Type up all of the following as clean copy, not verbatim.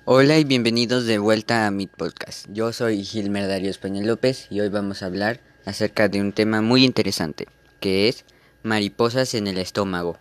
Hola y bienvenidos de vuelta a mi podcast. Yo soy Gilmer Darío Español López y hoy vamos a hablar acerca de un tema muy interesante, que es mariposas en el estómago.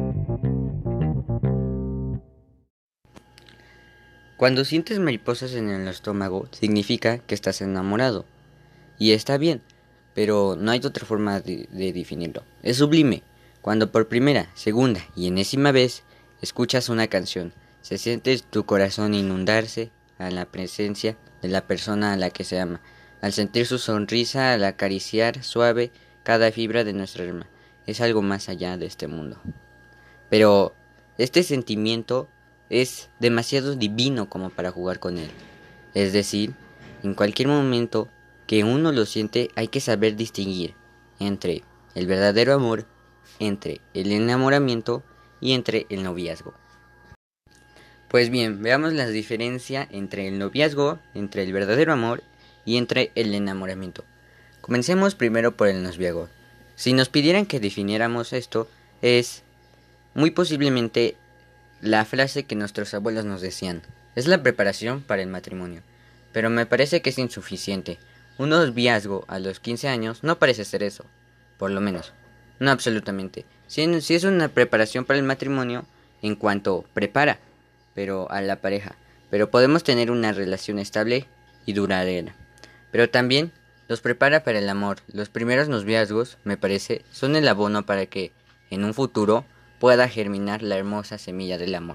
Cuando sientes mariposas en el estómago, significa que estás enamorado. Y está bien, pero no hay otra forma de definirlo. Es sublime. Cuando por primera, segunda y enésima vez escuchas una canción, se siente tu corazón inundarse a la presencia de la persona a la que se ama, al sentir su sonrisa, al acariciar suave cada fibra de nuestra alma. Es algo más allá de este mundo. Pero este sentimiento es demasiado divino como para jugar con él. Es decir, en cualquier momento que uno lo siente hay que saber distinguir entre el verdadero amor, entre el enamoramiento y entre el noviazgo. Pues bien, veamos la diferencia entre el noviazgo, entre el verdadero amor y entre el enamoramiento. Comencemos primero por el noviazgo. Si nos pidieran que definiéramos esto, es muy posiblemente la frase que nuestros abuelos nos decían: es la preparación para el matrimonio. Pero me parece que es insuficiente. Un noviazgo a los 15 años no parece ser eso, por lo menos. No absolutamente. Si es una preparación para el matrimonio en cuanto prepara, pero a la pareja. Pero podemos tener una relación estable y duradera. Pero también los prepara para el amor. Los primeros noviazgos, me parece, son el abono para que, en un futuro, pueda germinar la hermosa semilla del amor.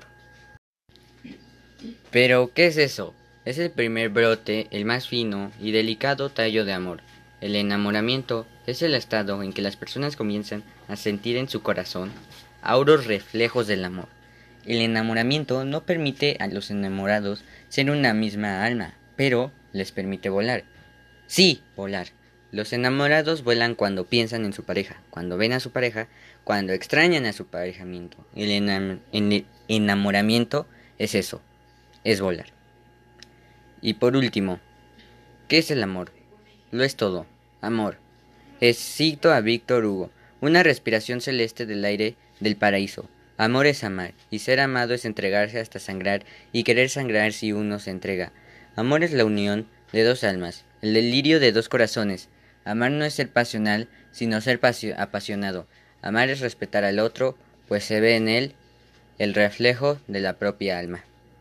Pero, ¿qué es eso? Es el primer brote, el más fino y delicado tallo de amor. El enamoramiento es el estado en que las personas comienzan a sentir en su corazón auros reflejos del amor. El enamoramiento no permite a los enamorados ser una misma alma, pero les permite volar. Sí, volar. Los enamorados vuelan cuando piensan en su pareja, cuando ven a su pareja, cuando extrañan a su parejamiento. El enamoramiento es eso, es volar. Y por último, ¿qué es el amor? Lo es todo, amor. Cito a Víctor Hugo: una respiración celeste del aire del paraíso. Amor es amar, y ser amado es entregarse hasta sangrar, y querer sangrar si uno se entrega. Amor es la unión de dos almas, el delirio de dos corazones. Amar no es ser pasional, sino ser apasionado. Amar es respetar al otro, pues se ve en él el reflejo de la propia alma.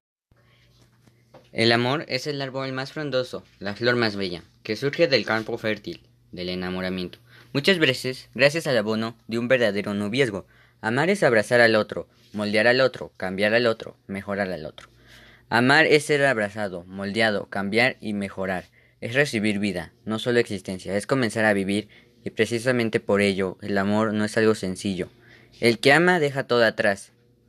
El amor es el árbol más frondoso, la flor más bella, que surge del campo fértil, del enamoramiento. Muchas veces, gracias al abono de un verdadero noviazgo. Amar es abrazar al otro, moldear al otro, cambiar al otro, mejorar al otro. Amar es ser abrazado, moldeado, cambiar y mejorar. Es recibir vida, no solo existencia, es comenzar a vivir, y precisamente por ello el amor no es algo sencillo. El que ama deja todo atrás,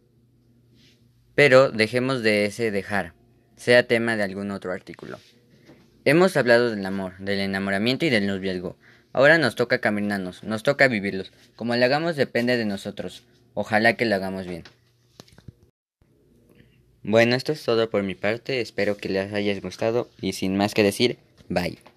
pero dejemos de ese dejar, sea tema de algún otro artículo. Hemos hablado del amor, del enamoramiento y del noviazgo. Ahora nos toca caminarnos, nos toca vivirlos. Como lo hagamos depende de nosotros. Ojalá que lo hagamos bien. Bueno, esto es todo por mi parte. Espero que les haya gustado y sin más que decir, bye.